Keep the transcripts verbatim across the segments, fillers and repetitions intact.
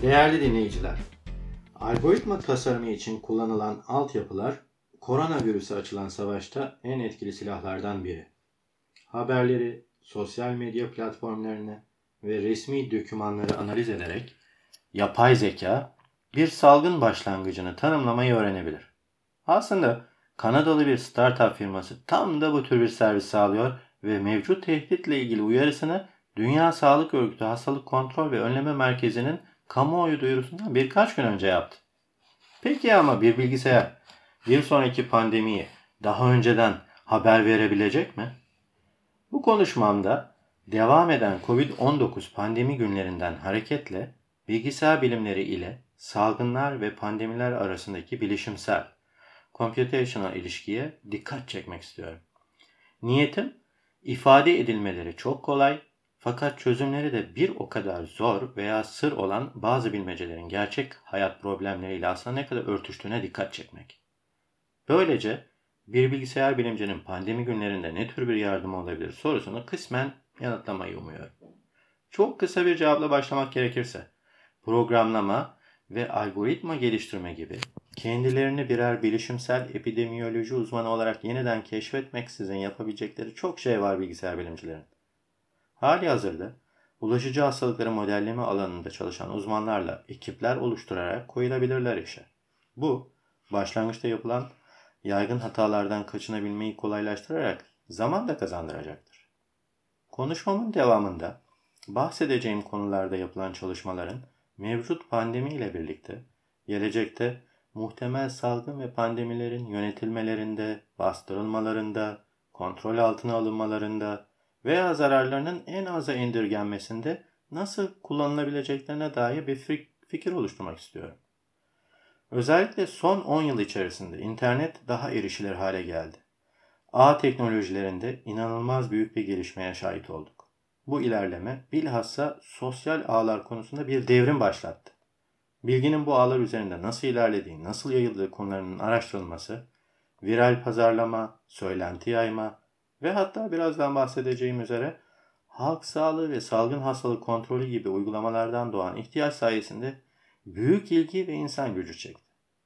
Değerli dinleyiciler, algoritma tasarımı için kullanılan altyapılar, koronavirüse açılan savaşta en etkili silahlardan biri. Haberleri, sosyal medya platformlarını ve resmi dokümanları analiz ederek yapay zeka bir salgın başlangıcını tanımlamayı öğrenebilir. Aslında Kanadalı bir startup firması tam da bu tür bir servis sağlıyor ve mevcut tehditle ilgili uyarısını Dünya Sağlık Örgütü Hastalık Kontrol ve Önleme Merkezi'nin kamuoyu duyurusundan birkaç gün önce yaptı. Peki ama bir bilgisayar bir sonraki pandemiyi daha önceden haber verebilecek mi? Bu konuşmamda devam eden kovid on dokuz pandemi günlerinden hareketle bilgisayar bilimleri ile salgınlar ve pandemiler arasındaki bilişimsel, computational ilişkiye dikkat çekmek istiyorum. Niyetim, ifade edilmeleri çok kolay fakat çözümleri de bir o kadar zor veya sır olan bazı bilmecelerin gerçek hayat problemleriyle aslında ne kadar örtüştüğüne dikkat çekmek. Böylece bir bilgisayar bilimcinin pandemi günlerinde ne tür bir yardımı olabilir sorusunu kısmen yanıtlamayı umuyorum. Çok kısa bir cevapla başlamak gerekirse, programlama ve algoritma geliştirme gibi kendilerini birer bilişimsel epidemiyoloji uzmanı olarak yeniden keşfetmeksizin yapabilecekleri çok şey var bilgisayar bilimcilerin. Halihazırda bulaşıcı hastalıkları modelleme alanında çalışan uzmanlarla ekipler oluşturarak koyulabilirler işe. Bu, başlangıçta yapılan yaygın hatalardan kaçınabilmeyi kolaylaştırarak zaman da kazandıracaktır. Konuşmamın devamında bahsedeceğim konularda yapılan çalışmaların mevcut pandemi ile birlikte gelecekte muhtemel salgın ve pandemilerin yönetilmelerinde, bastırılmalarında, kontrol altına alınmalarında veya zararlarının en aza indirgenmesinde nasıl kullanılabileceklerine dair bir fikir oluşturmak istiyorum. Özellikle son on yıl içerisinde internet daha erişilir hale geldi. Ağ teknolojilerinde inanılmaz büyük bir gelişmeye şahit olduk. Bu ilerleme bilhassa sosyal ağlar konusunda bir devrim başlattı. Bilginin bu ağlar üzerinde nasıl ilerlediği, nasıl yayıldığı konularının araştırılması, viral pazarlama, söylenti yayma ve hatta birazdan bahsedeceğim üzere halk sağlığı ve salgın hastalık kontrolü gibi uygulamalardan doğan ihtiyaç sayesinde büyük ilgi ve insan gücü çekti.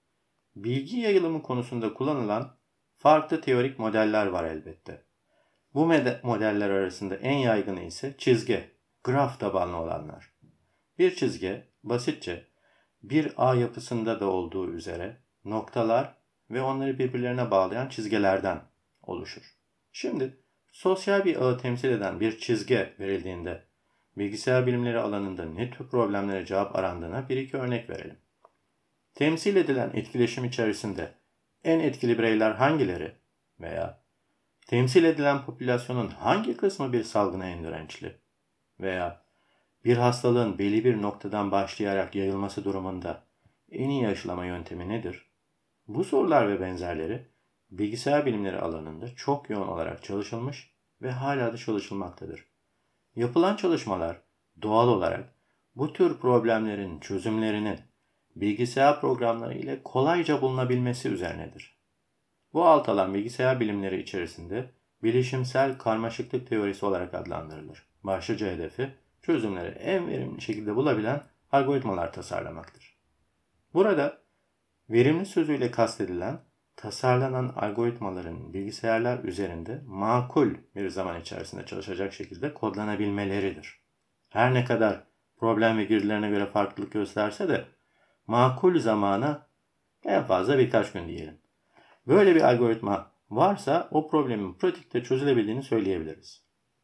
Bilgi yayılımı konusunda kullanılan farklı teorik modeller var elbette. Bu modeller arasında en yaygını ise çizgi, graf tabanlı olanlar. Bir çizgi, basitçe bir ağ yapısında da olduğu üzere noktalar ve onları birbirlerine bağlayan çizgilerden oluşur. Şimdi sosyal bir ağı temsil eden bir çizgi verildiğinde bilgisayar bilimleri alanında ne tür problemlere cevap arandığına bir iki örnek verelim. Temsil edilen etkileşim içerisinde en etkili bireyler hangileri veya temsil edilen popülasyonun hangi kısmı bir salgına en dirençli veya bir hastalığın belli bir noktadan başlayarak yayılması durumunda en iyi aşılama yöntemi nedir? Bu sorular ve benzerleri bilgisayar bilimleri alanında çok yoğun olarak çalışılmış ve hala da çalışılmaktadır. Yapılan çalışmalar doğal olarak bu tür problemlerin çözümlerinin bilgisayar programları ile kolayca bulunabilmesi üzerinedir. Bu alt alan bilgisayar bilimleri içerisinde bilişimsel karmaşıklık teorisi olarak adlandırılır. Başlıca hedefi çözümleri en verimli şekilde bulabilen algoritmalar tasarlamaktır. Burada verimli sözüyle kastedilen tasarlanan algoritmaların bilgisayarlar üzerinde makul bir zaman içerisinde çalışacak şekilde kodlanabilmeleridir. Her ne kadar problem ve girdilerine göre farklılık gösterse de makul zamana en fazla birkaç gün diyelim. Böyle bir algoritma varsa o problemin pratikte çözülebildiğini söyleyebiliriz.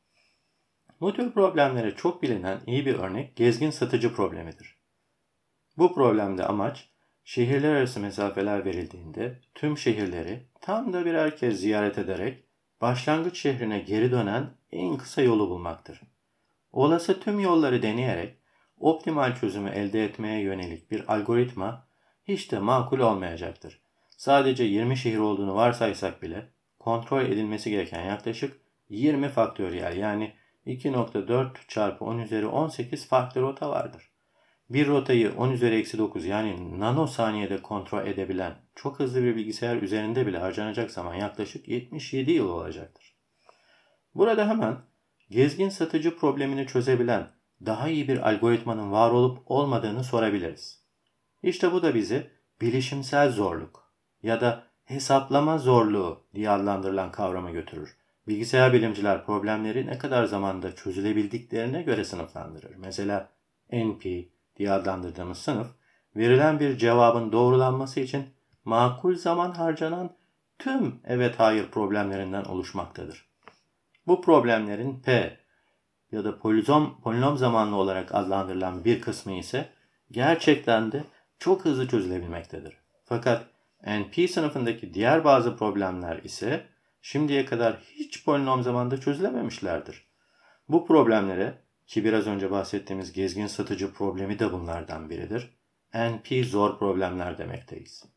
Bu tür problemlere çok bilinen iyi bir örnek gezgin satıcı problemidir. Bu problemde amaç şehirler arası mesafeler verildiğinde tüm şehirleri tam da birer kez ziyaret ederek başlangıç şehrine geri dönen en kısa yolu bulmaktır. Olası tüm yolları deneyerek optimal çözümü elde etmeye yönelik bir algoritma hiç de makul olmayacaktır. Sadece yirmi şehir olduğunu varsaysak bile kontrol edilmesi gereken yaklaşık yirmi faktöriyel yani iki nokta dört çarpı on üzeri on sekiz farklı rota vardır. Bir rotayı on üzeri eksi dokuz yani nanosaniyede kontrol edebilen çok hızlı bir bilgisayar üzerinde bile harcanacak zaman yaklaşık yetmiş yedi yıl olacaktır. Burada hemen gezgin satıcı problemini çözebilen daha iyi bir algoritmanın var olup olmadığını sorabiliriz. İşte bu da bizi bilişimsel zorluk ya da hesaplama zorluğu diye adlandırılan kavrama götürür. Bilgisayar bilimciler problemleri ne kadar zamanda çözülebildiklerine göre sınıflandırır. Mesela N P diye adlandırdığımız sınıf, verilen bir cevabın doğrulanması için makul zaman harcanan tüm evet hayır problemlerinden oluşmaktadır. Bu problemlerin P ya da polinom, polinom zamanlı olarak adlandırılan bir kısmı ise gerçekten de çok hızlı çözülebilmektedir. Fakat N P sınıfındaki diğer bazı problemler ise şimdiye kadar hiç polinom zamanda çözülememişlerdir. Bu problemlere, ki biraz önce bahsettiğimiz gezgin satıcı problemi de bunlardan biridir, N P zor problemler demekteyiz.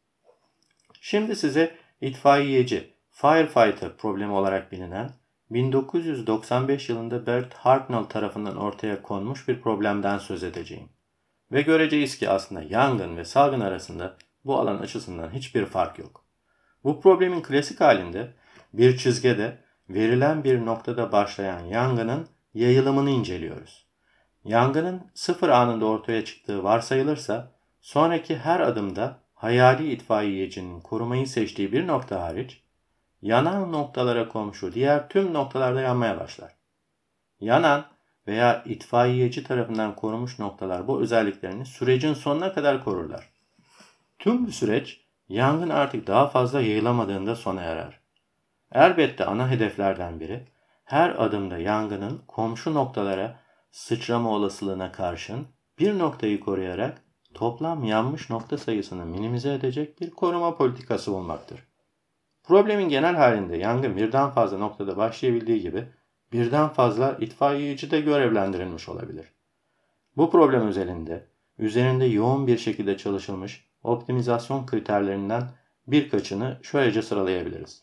Şimdi size itfaiyeci, firefighter problemi olarak bilinen bin dokuz yüz doksan beş yılında Bert Hartnell tarafından ortaya konmuş bir problemden söz edeceğim. Ve göreceğiz ki aslında yangın ve salgın arasında bu alan açısından hiçbir fark yok. Bu problemin klasik halinde bir çizgide verilen bir noktada başlayan yangının yayılımını inceliyoruz. Yangının sıfır anında ortaya çıktığı varsayılırsa sonraki her adımda hayali itfaiyecinin korumayı seçtiği bir nokta hariç yanan noktalara komşu diğer tüm noktalarda yanmaya başlar. Yanan veya itfaiyeci tarafından korunmuş noktalar bu özelliklerini sürecin sonuna kadar korurlar. Tüm bu süreç yangın artık daha fazla yayılamadığında sona erer. Elbette ana hedeflerden biri her adımda yangının komşu noktalara sıçrama olasılığına karşın bir noktayı koruyarak toplam yanmış nokta sayısını minimize edecek bir koruma politikası bulmaktır. Problemin genel halinde yangın birden fazla noktada başlayabildiği gibi birden fazla itfaiyeci de görevlendirilmiş olabilir. Bu problem özelinde üzerinde yoğun bir şekilde çalışılmış optimizasyon kriterlerinden birkaçını şöylece sıralayabiliriz.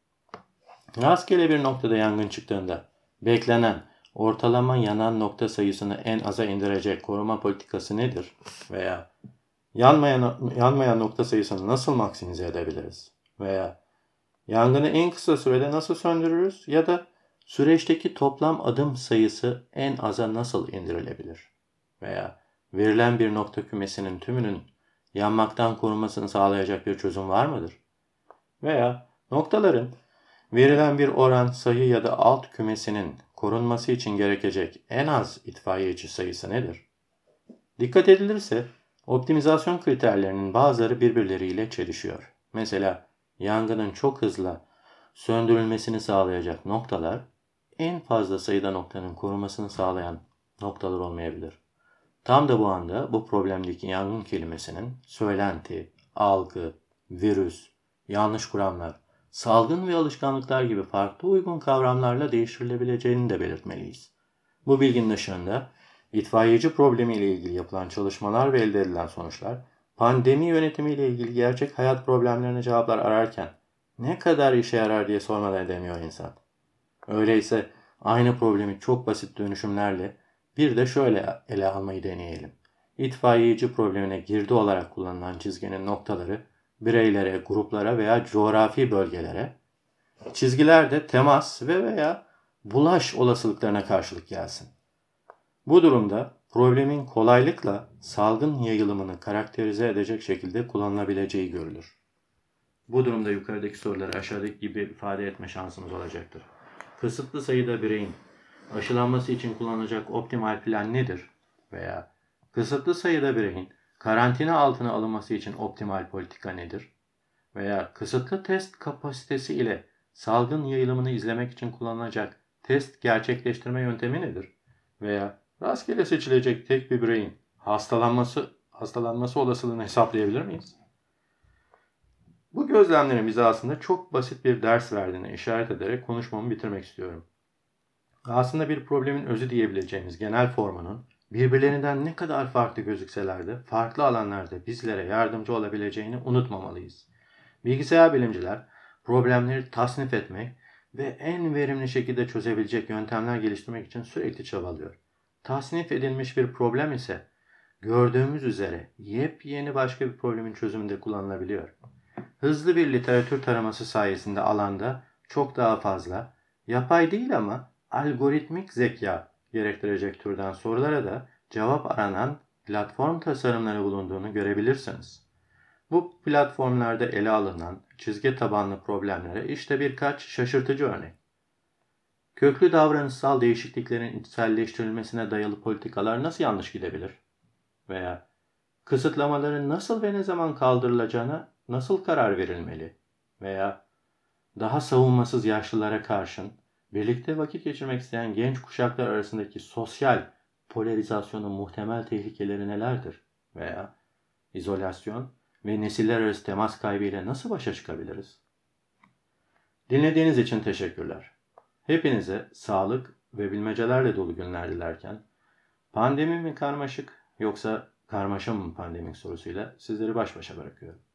Rastgele bir noktada yangın çıktığında beklenen ortalama yanan nokta sayısını en aza indirecek koruma politikası nedir? Veya yanmayan, yanmayan nokta sayısını nasıl maksimize edebiliriz? Veya yangını en kısa sürede nasıl söndürürüz? Ya da süreçteki toplam adım sayısı en aza nasıl indirilebilir? Veya verilen bir nokta kümesinin tümünün yanmaktan korunmasını sağlayacak bir çözüm var mıdır? Veya noktaların verilen bir oran, sayı ya da alt kümesinin korunması için gerekecek en az itfaiyeci sayısı nedir? Dikkat edilirse optimizasyon kriterlerinin bazıları birbirleriyle çelişiyor. Mesela yangının çok hızlı söndürülmesini sağlayacak noktalar en fazla sayıda noktanın korunmasını sağlayan noktalar olmayabilir. Tam da bu anda bu problemdeki yangın kelimesinin söylenti, algı, virüs, yanlış kuramlar, salgın ve alışkanlıklar gibi farklı uygun kavramlarla değiştirilebileceğini de belirtmeliyiz. Bu bilginin ışığında itfaiyeci problemi ile ilgili yapılan çalışmalar ve elde edilen sonuçlar, pandemi yönetimi ile ilgili gerçek hayat problemlerine cevaplar ararken ne kadar işe yarar diye sormadan edemiyor insan. Öyleyse aynı problemi çok basit dönüşümlerle bir de şöyle ele almayı deneyelim. İtfaiyeci problemine girdi olarak kullanılan çizginin noktaları bireylere, gruplara veya coğrafi bölgelere, çizgiler de temas ve veya bulaş olasılıklarına karşılık gelsin. Bu durumda problemin kolaylıkla salgın yayılımını karakterize edecek şekilde kullanılabileceği görülür. Bu durumda yukarıdaki soruları aşağıdaki gibi ifade etme şansımız olacaktır. Kısıtlı sayıda bireyin aşılanması için kullanılacak optimal plan nedir? Veya kısıtlı sayıda bireyin karantina altına alınması için optimal politika nedir? Veya kısıtlı test kapasitesi ile salgın yayılımını izlemek için kullanılacak test gerçekleştirme yöntemi nedir? Veya rastgele seçilecek tek bir bireyin hastalanması, hastalanması olasılığını hesaplayabilir miyiz? Bu gözlemlerin bize aslında çok basit bir ders verdiğine işaret ederek konuşmamı bitirmek istiyorum. Aslında bir problemin özü diyebileceğimiz genel formunun birbirlerinden ne kadar farklı gözükseler de farklı alanlarda bizlere yardımcı olabileceğini unutmamalıyız. Bilgisayar bilimciler problemleri tasnif etmek ve en verimli şekilde çözebilecek yöntemler geliştirmek için sürekli çabalıyor. Tasnif edilmiş bir problem ise gördüğümüz üzere yepyeni başka bir problemin çözümünde kullanılabiliyor. Hızlı bir literatür taraması sayesinde alanda çok daha fazla, yapay değil ama algoritmik zeka gerektirecek türden sorulara da cevap aranan platform tasarımları bulunduğunu görebilirsiniz. Bu platformlarda ele alınan çizgi tabanlı problemlere işte birkaç şaşırtıcı örnek. Köklü davranışsal değişikliklerin içselleştirilmesine dayalı politikalar nasıl yanlış gidebilir? Veya kısıtlamaların nasıl ve ne zaman kaldırılacağına nasıl karar verilmeli? Veya daha savunmasız yaşlılara karşın birlikte vakit geçirmek isteyen genç kuşaklar arasındaki sosyal polarizasyonun muhtemel tehlikeleri nelerdir? Veya izolasyon ve nesiller arası temas kaybıyla nasıl başa çıkabiliriz? Dinlediğiniz için teşekkürler. Hepinize sağlık ve bilmecelerle dolu günler dilerken, pandemi mi karmaşık yoksa karmaşa mı pandemik sorusuyla sizleri baş başa bırakıyorum.